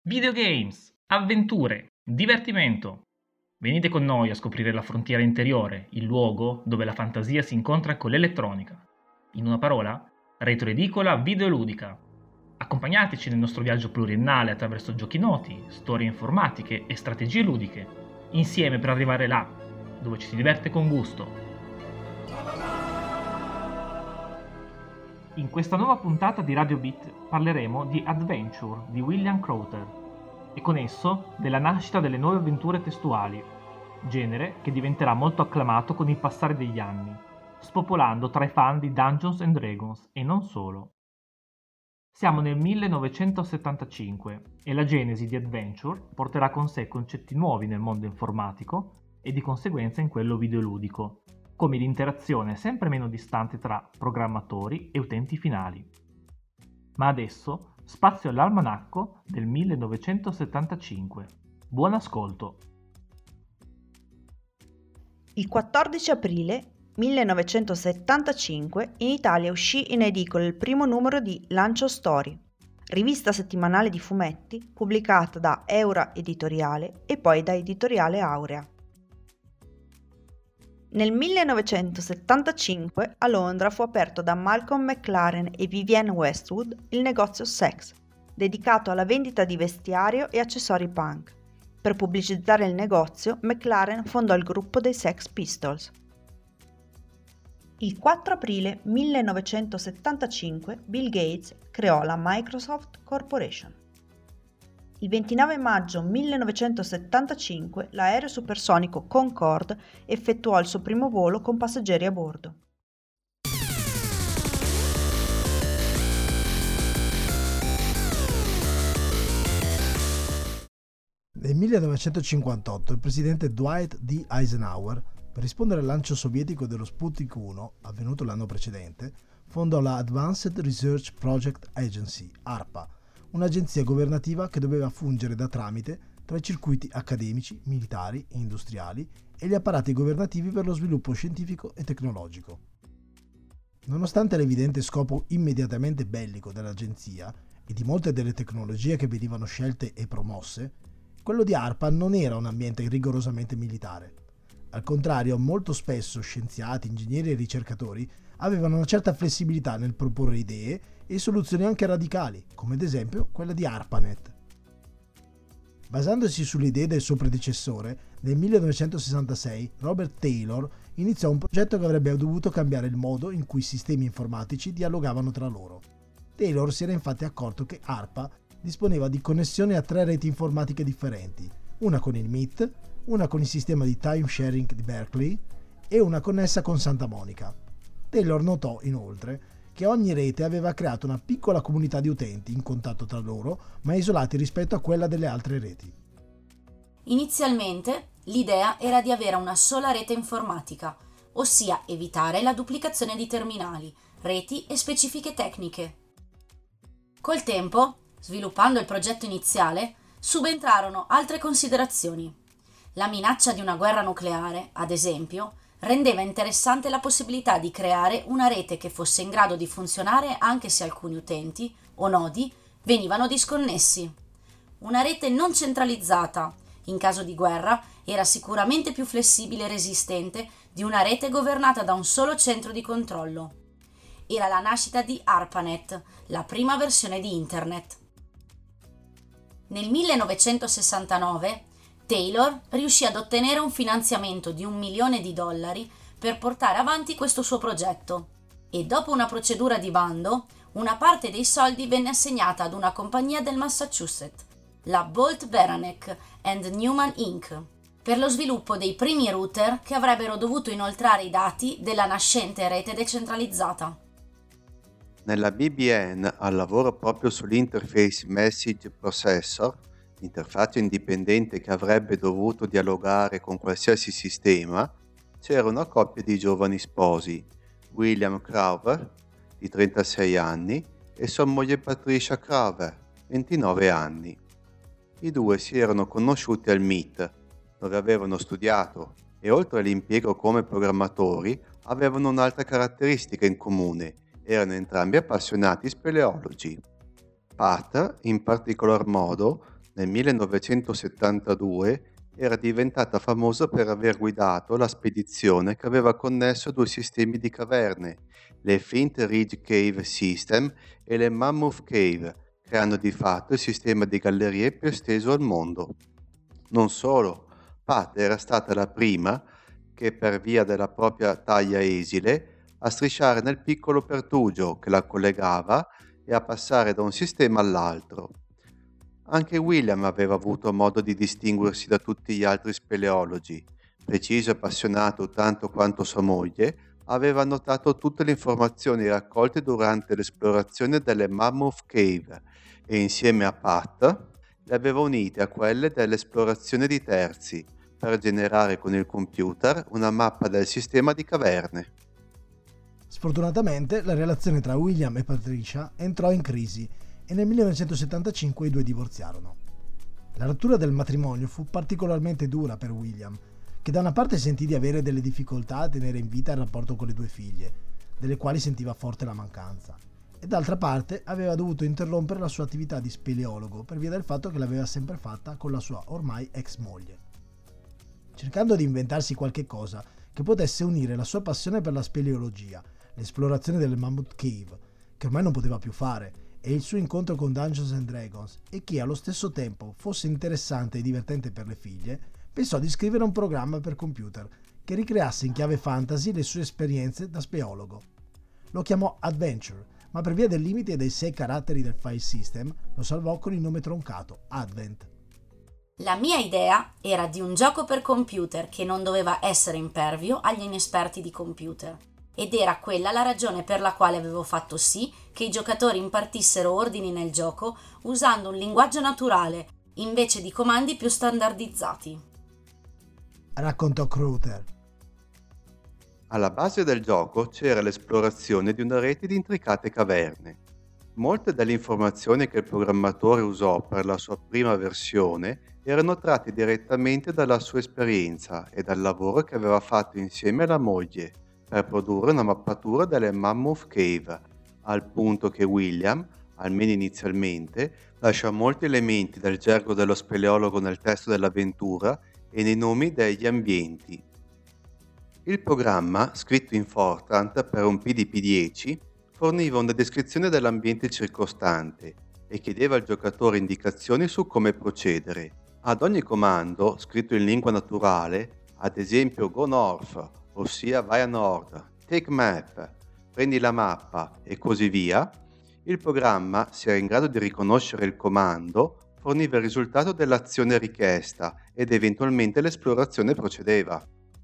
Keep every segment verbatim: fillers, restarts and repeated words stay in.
Videogames, avventure, divertimento. Venite con noi a scoprire la frontiera interiore, il luogo dove la fantasia si incontra con l'elettronica. In una parola, retroedicola videoludica. Accompagnateci nel nostro viaggio pluriennale attraverso giochi noti, storie informatiche e strategie ludiche, insieme per arrivare là, dove ci si diverte con gusto. In questa nuova puntata di Radio Beat parleremo di Adventure di William Crowther e con esso della nascita delle nuove avventure testuali, genere che diventerà molto acclamato con il passare degli anni, spopolando tra i fan di Dungeons and Dragons e non solo. Siamo nel millenovecentosettantacinque e la genesi di Adventure porterà con sé concetti nuovi nel mondo informatico e di conseguenza in quello videoludico, come l'interazione sempre meno distante tra programmatori e utenti finali. Ma adesso spazio all'almanacco del millenovecentosettantacinque. Buon ascolto! Il quattordici aprile millenovecentosettantacinque in Italia uscì in edicola il primo numero di Lancio Story, rivista settimanale di fumetti pubblicata da Eura Editoriale e poi da Editoriale Aurea. Nel millenovecentosettantacinque a Londra fu aperto da Malcolm McLaren e Vivienne Westwood il negozio Sex, dedicato alla vendita di vestiario e accessori punk. Per pubblicizzare il negozio, McLaren fondò il gruppo dei Sex Pistols. Il quattro aprile millenovecentosettantacinque Bill Gates creò la Microsoft Corporation. Il ventinove maggio millenovecentosettantacinque l'aereo supersonico Concorde effettuò il suo primo volo con passeggeri a bordo. Nel millenovecentocinquantotto il presidente Dwight D. Eisenhower, per rispondere al lancio sovietico dello Sputnik uno, avvenuto l'anno precedente, fondò la Advanced Research Project Agency, ARPA, un'agenzia governativa che doveva fungere da tramite tra i circuiti accademici, militari e industriali e gli apparati governativi per lo sviluppo scientifico e tecnologico. Nonostante l'evidente scopo immediatamente bellico dell'agenzia e di molte delle tecnologie che venivano scelte e promosse, quello di ARPA non era un ambiente rigorosamente militare. Al contrario, molto spesso scienziati, ingegneri e ricercatori avevano una certa flessibilità nel proporre idee e soluzioni anche radicali, come ad esempio quella di ARPANET. Basandosi sulle idee del suo predecessore, nel millenovecentosessantasei Robert Taylor iniziò un progetto che avrebbe dovuto cambiare il modo in cui i sistemi informatici dialogavano tra loro. Taylor si era infatti accorto che ARPA disponeva di connessioni a tre reti informatiche differenti, una con il M I T, una con il sistema di time sharing di Berkeley e una connessa con Santa Monica. Taylor notò inoltre che ogni rete aveva creato una piccola comunità di utenti in contatto tra loro, ma isolati rispetto a quella delle altre reti. Inizialmente l'idea era di avere una sola rete informatica, ossia evitare la duplicazione di terminali, reti e specifiche tecniche. Col tempo, sviluppando il progetto iniziale, subentrarono altre considerazioni. La minaccia di una guerra nucleare, ad esempio, rendeva interessante la possibilità di creare una rete che fosse in grado di funzionare anche se alcuni utenti o nodi venivano disconnessi. Una rete non centralizzata, in caso di guerra, era sicuramente più flessibile e resistente di una rete governata da un solo centro di controllo. Era la nascita di ARPANET, la prima versione di Internet. Nel millenovecentosessantanove Taylor riuscì ad ottenere un finanziamento di un milione di dollari per portare avanti questo suo progetto e dopo una procedura di bando, una parte dei soldi venne assegnata ad una compagnia del Massachusetts, la Bolt Beranek and Newman incorporated, per lo sviluppo dei primi router che avrebbero dovuto inoltrare i dati della nascente rete decentralizzata. Nella B B N, al lavoro proprio sull'Interface Message Processor, interfaccia indipendente che avrebbe dovuto dialogare con qualsiasi sistema, c'era una coppia di giovani sposi, William Crowther, di trentasei anni, e sua moglie Patricia Crowther, ventinove anni. I due si erano conosciuti al M I T, dove avevano studiato, e oltre all'impiego come programmatori, avevano un'altra caratteristica in comune: erano entrambi appassionati speleologi. Pat, in particolar modo, nel millenovecentosettantadue era diventata famosa per aver guidato la spedizione che aveva connesso due sistemi di caverne, le Flint Ridge Cave System e le Mammoth Cave, creando di fatto il sistema di gallerie più esteso al mondo. Non solo, Pat era stata la prima che, per via della propria taglia esile, a strisciare nel piccolo pertugio che la collegava e a passare da un sistema all'altro. Anche William aveva avuto modo di distinguersi da tutti gli altri speleologi. Preciso e appassionato tanto quanto sua moglie, aveva annotato tutte le informazioni raccolte durante l'esplorazione delle Mammoth Cave e insieme a Pat le aveva unite a quelle dell'esplorazione di terzi per generare con il computer una mappa del sistema di caverne. Sfortunatamente la relazione tra William e Patricia entrò in crisi e nel millenovecentosettantacinque i due divorziarono. La rottura del matrimonio fu particolarmente dura per William, che da una parte sentì di avere delle difficoltà a tenere in vita il rapporto con le due figlie, delle quali sentiva forte la mancanza, e d'altra parte aveva dovuto interrompere la sua attività di speleologo per via del fatto che l'aveva sempre fatta con la sua ormai ex moglie. Cercando di inventarsi qualche cosa che potesse unire la sua passione per la speleologia, l'esplorazione delle Mammoth Cave, che ormai non poteva più fare, e il suo incontro con Dungeons and Dragons, e che allo stesso tempo fosse interessante e divertente per le figlie, pensò di scrivere un programma per computer che ricreasse in chiave fantasy le sue esperienze da speologo. Lo chiamò Adventure, ma per via del limite dei sei caratteri del file system lo salvò con il nome troncato Advent. La mia idea era di un gioco per computer che non doveva essere impervio agli inesperti di computer. Ed era quella la ragione per la quale avevo fatto sì che i giocatori impartissero ordini nel gioco usando un linguaggio naturale, invece di comandi più standardizzati. Raccontò Crowther. Alla base del gioco c'era l'esplorazione di una rete di intricate caverne. Molte delle informazioni che il programmatore usò per la sua prima versione erano tratte direttamente dalla sua esperienza e dal lavoro che aveva fatto insieme alla moglie per produrre una mappatura delle Mammoth Cave, al punto che William, almeno inizialmente, lasciò molti elementi del gergo dello speleologo nel testo dell'avventura e nei nomi degli ambienti. Il programma, scritto in Fortran per un P D P dieci, forniva una descrizione dell'ambiente circostante e chiedeva al giocatore indicazioni su come procedere. Ad ogni comando, scritto in lingua naturale, ad esempio Go North, ossia vai a nord, Take Map, prendi la mappa e così via, il programma, se era in grado di riconoscere il comando, forniva il risultato dell'azione richiesta ed eventualmente l'esplorazione procedeva.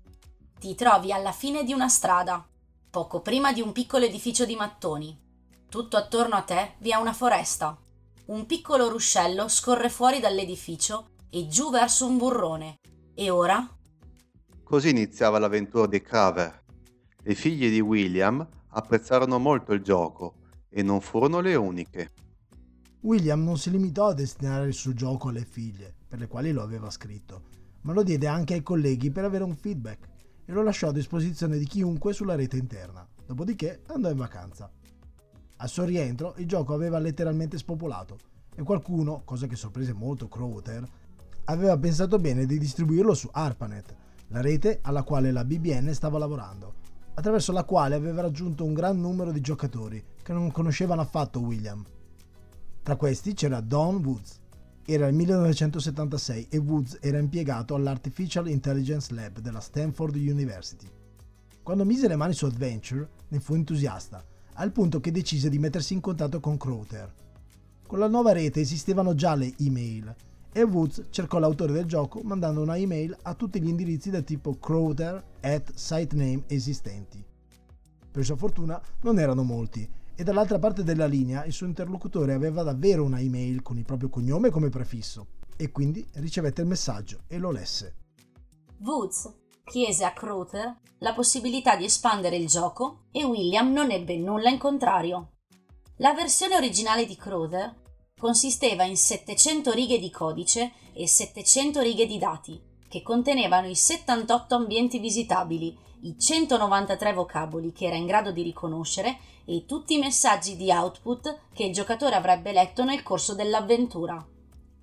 Ti trovi alla fine di una strada, poco prima di un piccolo edificio di mattoni. Tutto attorno a te vi è una foresta. Un piccolo ruscello scorre fuori dall'edificio e giù verso un burrone. E ora? Così iniziava l'avventura di Craver. Le figlie di William apprezzarono molto il gioco e non furono le uniche. William non si limitò a destinare il suo gioco alle figlie, per le quali lo aveva scritto, ma lo diede anche ai colleghi per avere un feedback e lo lasciò a disposizione di chiunque sulla rete interna, dopodiché andò in vacanza. Al suo rientro il gioco aveva letteralmente spopolato e qualcuno, cosa che sorprese molto Crowther, aveva pensato bene di distribuirlo su ARPANET, la rete alla quale la B B N stava lavorando, attraverso la quale aveva raggiunto un gran numero di giocatori che non conoscevano affatto William. Tra questi c'era Don Woods. Era il millenovecentosettantasei e Woods era impiegato all'Artificial Intelligence Lab della Stanford University. Quando mise le mani su Adventure ne fu entusiasta, al punto che decise di mettersi in contatto con Crowther. Con la nuova rete esistevano già le email e Woods cercò l'autore del gioco mandando una email a tutti gli indirizzi del tipo Crowther at sitename esistenti. Per sua fortuna non erano molti e dall'altra parte della linea il suo interlocutore aveva davvero una email con il proprio cognome come prefisso e quindi ricevette il messaggio e lo lesse. Woods chiese a Crowther la possibilità di espandere il gioco e William non ebbe nulla in contrario. La versione originale di Crowther consisteva in settecento righe di codice e settecento righe di dati, che contenevano i settantotto ambienti visitabili, i centonovantatré vocaboli che era in grado di riconoscere e tutti i messaggi di output che il giocatore avrebbe letto nel corso dell'avventura.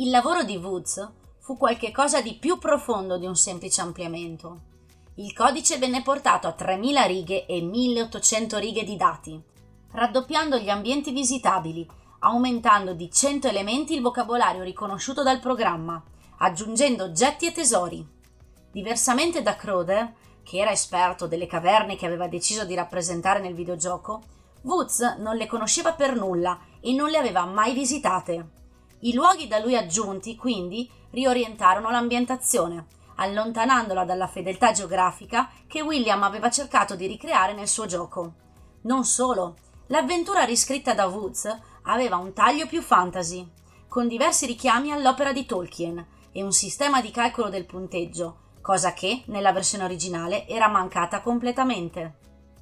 Il lavoro di Woods fu qualche cosa di più profondo di un semplice ampliamento. Il codice venne portato a tremila righe e milleottocento righe di dati, raddoppiando gli ambienti visitabili, aumentando di cento elementi il vocabolario riconosciuto dal programma, aggiungendo oggetti e tesori. Diversamente da Crowther, che era esperto delle caverne che aveva deciso di rappresentare nel videogioco, Woods non le conosceva per nulla e non le aveva mai visitate. I luoghi da lui aggiunti, quindi, riorientarono l'ambientazione, allontanandola dalla fedeltà geografica che William aveva cercato di ricreare nel suo gioco. Non solo, l'avventura riscritta da Woods aveva un taglio più fantasy, con diversi richiami all'opera di Tolkien e un sistema di calcolo del punteggio, cosa che, nella versione originale, era mancata completamente.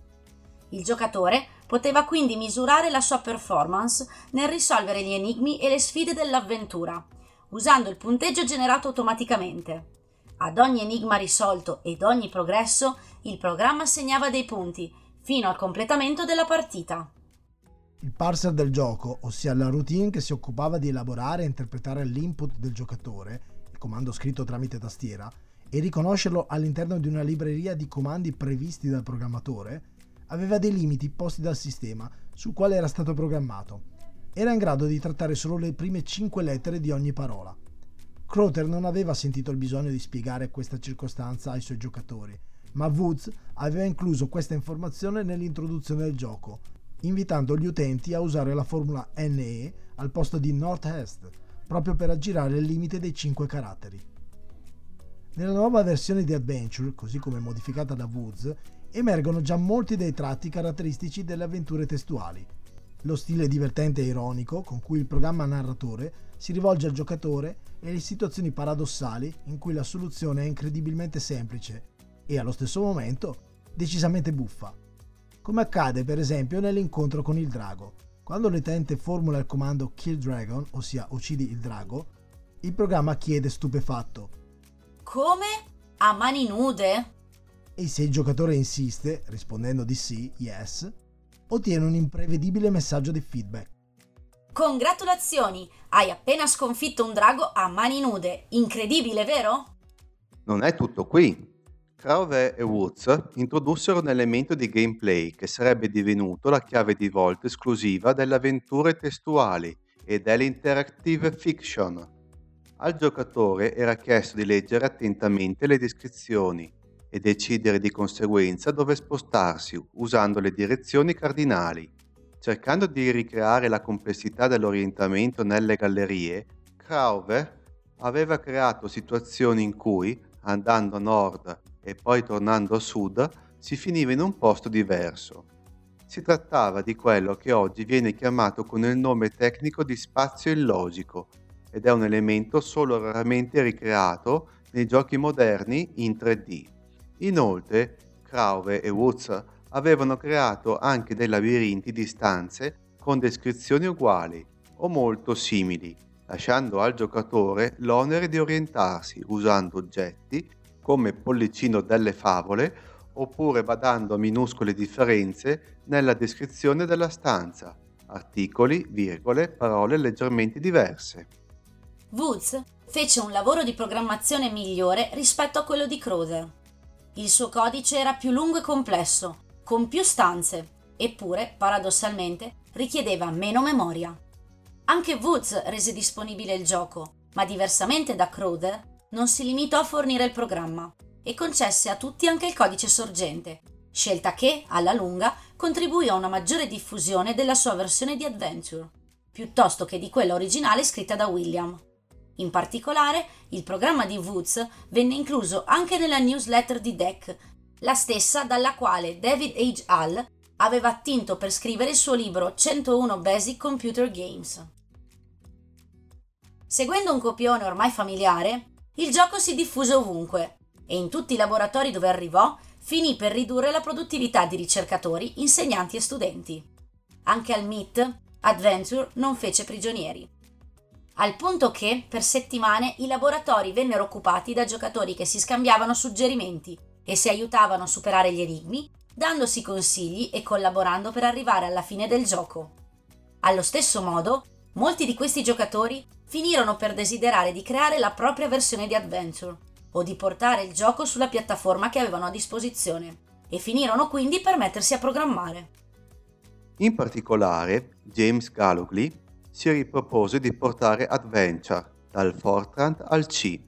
Il giocatore poteva quindi misurare la sua performance nel risolvere gli enigmi e le sfide dell'avventura, usando il punteggio generato automaticamente. Ad ogni enigma risolto ed ogni progresso, il programma assegnava dei punti, fino al completamento della partita. Il parser del gioco, ossia la routine che si occupava di elaborare e interpretare l'input del giocatore, il comando scritto tramite tastiera, e riconoscerlo all'interno di una libreria di comandi previsti dal programmatore, aveva dei limiti posti dal sistema sul quale era stato programmato. Era in grado di trattare solo le prime cinque lettere di ogni parola. Crowther non aveva sentito il bisogno di spiegare questa circostanza ai suoi giocatori, ma Woods aveva incluso questa informazione nell'introduzione del gioco, invitando gli utenti a usare la formula N E al posto di North-Est, proprio per aggirare il limite dei cinque caratteri. Nella nuova versione di Adventure, così come modificata da Woods, emergono già molti dei tratti caratteristici delle avventure testuali. Lo stile divertente e ironico con cui il programma narratore si rivolge al giocatore e le situazioni paradossali in cui la soluzione è incredibilmente semplice e, allo stesso momento, decisamente buffa. Come accade per esempio nell'incontro con il drago. Quando l'utente formula il comando Kill Dragon, ossia uccidi il drago, il programma chiede stupefatto: come? A mani nude? E se il giocatore insiste, rispondendo di sì, yes, ottiene un imprevedibile messaggio di feedback. Congratulazioni! Hai appena sconfitto un drago a mani nude. Incredibile, vero? Non è tutto qui. Crowther e Woods introdussero un elemento di gameplay che sarebbe divenuto la chiave di volta esclusiva delle avventure testuali e dell'interactive fiction. Al giocatore era chiesto di leggere attentamente le descrizioni e decidere di conseguenza dove spostarsi usando le direzioni cardinali. Cercando di ricreare la complessità dell'orientamento nelle gallerie, Crowther aveva creato situazioni in cui, andando a nord e poi tornando a sud, si finiva in un posto diverso. Si trattava di quello che oggi viene chiamato con il nome tecnico di spazio illogico ed è un elemento solo raramente ricreato nei giochi moderni in tre D. Inoltre, Crowther e Woods avevano creato anche dei labirinti di stanze con descrizioni uguali o molto simili, lasciando al giocatore l'onere di orientarsi usando oggetti come Pollicino delle favole oppure badando a minuscole differenze nella descrizione della stanza, articoli, virgole, parole leggermente diverse. Woods fece un lavoro di programmazione migliore rispetto a quello di Crowther. Il suo codice era più lungo e complesso, con più stanze, eppure, paradossalmente, richiedeva meno memoria. Anche Woods rese disponibile il gioco, ma diversamente da Crowther, non si limitò a fornire il programma e concesse a tutti anche il codice sorgente, scelta che, alla lunga, contribuì a una maggiore diffusione della sua versione di Adventure, piuttosto che di quella originale scritta da William. In particolare, il programma di Woods venne incluso anche nella newsletter di D E C, la stessa dalla quale David H. Hall aveva attinto per scrivere il suo libro centouno Basic Computer Games. Seguendo un copione ormai familiare, il gioco si diffuse ovunque e in tutti i laboratori dove arrivò finì per ridurre la produttività di ricercatori, insegnanti e studenti. Anche al M I T, Adventure non fece prigionieri. Al punto che, per settimane, i laboratori vennero occupati da giocatori che si scambiavano suggerimenti e si aiutavano a superare gli enigmi, dandosi consigli e collaborando per arrivare alla fine del gioco. Allo stesso modo, molti di questi giocatori finirono per desiderare di creare la propria versione di Adventure o di portare il gioco sulla piattaforma che avevano a disposizione e finirono quindi per mettersi a programmare. In particolare, James Galogly si ripropose di portare Adventure dal Fortran al C.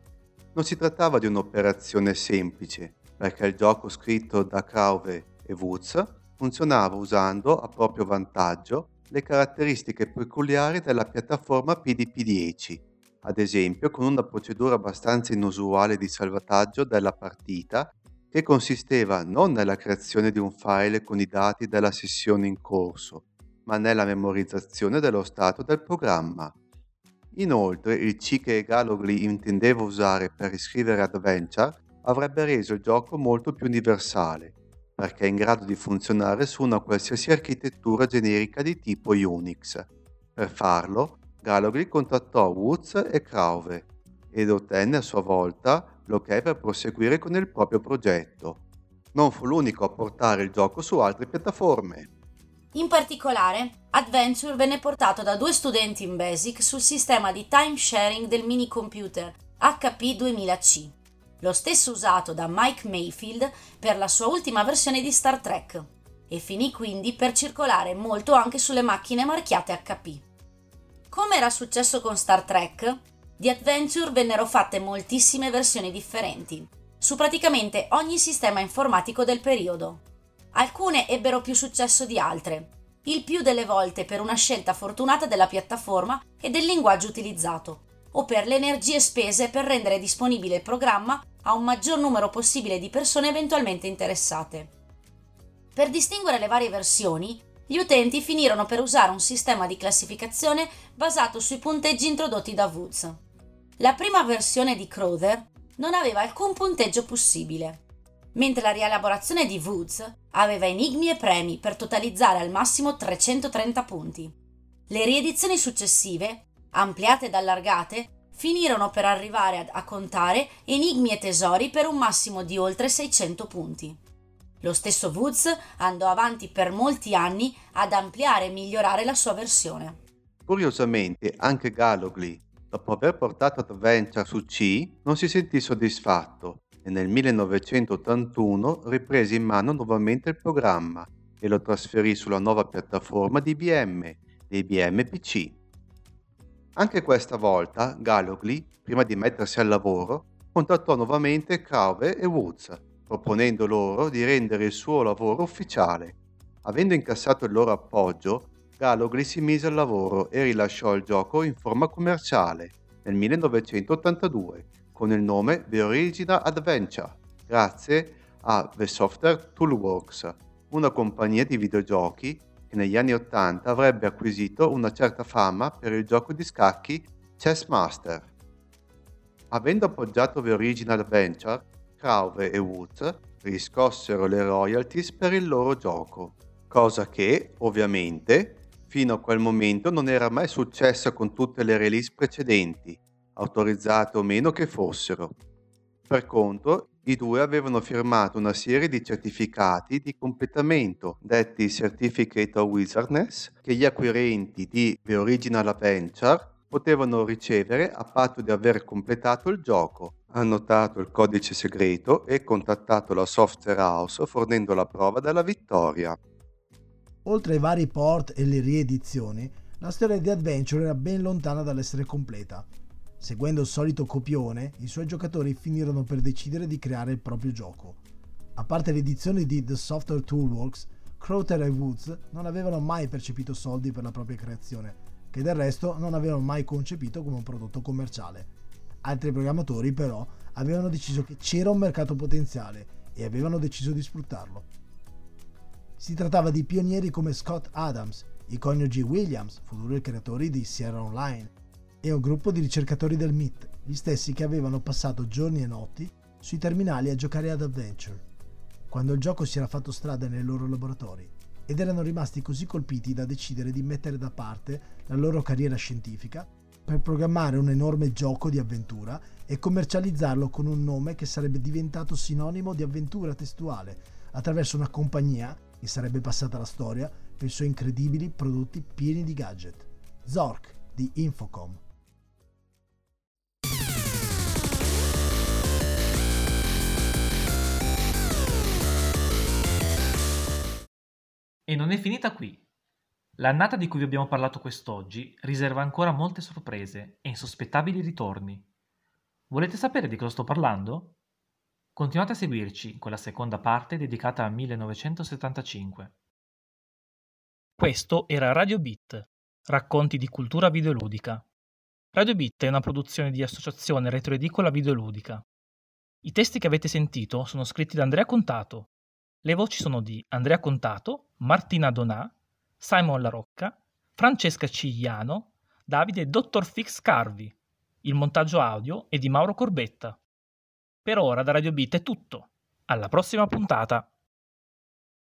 Non si trattava di un'operazione semplice, perché il gioco scritto da Crowther e Woods funzionava usando a proprio vantaggio le caratteristiche peculiari della piattaforma P D P dieci, ad esempio con una procedura abbastanza inusuale di salvataggio della partita che consisteva non nella creazione di un file con i dati della sessione in corso, ma nella memorizzazione dello stato del programma. Inoltre, il C che Galogly intendeva usare per riscrivere Adventure avrebbe reso il gioco molto più universale, perché è in grado di funzionare su una qualsiasi architettura generica di tipo Unix. Per farlo, Galogly contattò Woods e Crowther ed ottenne a sua volta l'ok per proseguire con il proprio progetto. Non fu l'unico a portare il gioco su altre piattaforme. In particolare, Adventure venne portato da due studenti in BASIC sul sistema di time sharing del minicomputer H P duemila C, lo stesso usato da Mike Mayfield per la sua ultima versione di Star Trek, e finì quindi per circolare molto anche sulle macchine marchiate H P. Come era successo con Star Trek, di Adventure vennero fatte moltissime versioni differenti, su praticamente ogni sistema informatico del periodo. Alcune ebbero più successo di altre, il più delle volte per una scelta fortunata della piattaforma e del linguaggio utilizzato, o per le energie spese per rendere disponibile il programma a un maggior numero possibile di persone eventualmente interessate. Per distinguere le varie versioni, gli utenti finirono per usare un sistema di classificazione basato sui punteggi introdotti da Woods. La prima versione di Crowther non aveva alcun punteggio possibile, mentre la rielaborazione di Woods aveva enigmi e premi per totalizzare al massimo trecentotrenta punti. Le riedizioni successive, ampliate ed allargate, finirono per arrivare a, a contare enigmi e tesori per un massimo di oltre seicento punti. Lo stesso Woods andò avanti per molti anni ad ampliare e migliorare la sua versione. Curiosamente, anche Galogly, dopo aver portato Adventure su C, non si sentì soddisfatto e nel millenovecentottantuno riprese in mano nuovamente il programma e lo trasferì sulla nuova piattaforma di I B M, l'I B M P C. Anche questa volta Galogly, prima di mettersi al lavoro, contattò nuovamente Crowther e Woods, proponendo loro di rendere il suo lavoro ufficiale. Avendo incassato il loro appoggio, Galogly si mise al lavoro e rilasciò il gioco in forma commerciale nel millenovecentottantadue con il nome The Original Adventure, grazie a The Software Toolworks, una compagnia di videogiochi che negli anni ottanta avrebbe acquisito una certa fama per il gioco di scacchi Chess Master. Avendo appoggiato The Original Adventure, Crowther e Woods riscossero le royalties per il loro gioco, cosa che, ovviamente, fino a quel momento non era mai successa con tutte le release precedenti, autorizzate o meno che fossero. Per contro, i due avevano firmato una serie di certificati di completamento, detti Certificate of Wizardness, che gli acquirenti di The Original Adventure potevano ricevere a patto di aver completato il gioco, annotato il codice segreto e contattato la software house fornendo la prova della vittoria. Oltre ai vari port e le riedizioni, la storia di Adventure era ben lontana dall'essere completa. Seguendo il solito copione, i suoi giocatori finirono per decidere di creare il proprio gioco. A parte le edizioni di The Software Toolworks, Crowther e Woods non avevano mai percepito soldi per la propria creazione, che del resto non avevano mai concepito come un prodotto commerciale. Altri programmatori, però, avevano deciso che c'era un mercato potenziale e avevano deciso di sfruttarlo. Si trattava di pionieri come Scott Adams, i coniugi Williams, futuri creatori di Sierra Online, e un gruppo di ricercatori del M I T, gli stessi che avevano passato giorni e notti sui terminali a giocare ad Adventure, quando il gioco si era fatto strada nei loro laboratori, ed erano rimasti così colpiti da decidere di mettere da parte la loro carriera scientifica per programmare un enorme gioco di avventura e commercializzarlo con un nome che sarebbe diventato sinonimo di avventura testuale attraverso una compagnia che sarebbe passata alla storia per i suoi incredibili prodotti pieni di gadget, Zork di Infocom. E non è finita qui. L'annata di cui vi abbiamo parlato quest'oggi riserva ancora molte sorprese e insospettabili ritorni. Volete sapere di cosa sto parlando? Continuate a seguirci in quella seconda parte dedicata al millenovecentosettantacinque. Questo era Radio Beat, racconti di cultura videoludica. Radio Beat è una produzione di Associazione Retroedicola Videoludica. I testi che avete sentito sono scritti da Andrea Contato. Le voci sono di Andrea Contato, Martina Donà, Simon La Rocca, Francesca Cigliano, Davide e dottor Fix Carvi. Il montaggio audio è di Mauro Corbetta. Per ora da Radio Beat è tutto. Alla prossima puntata!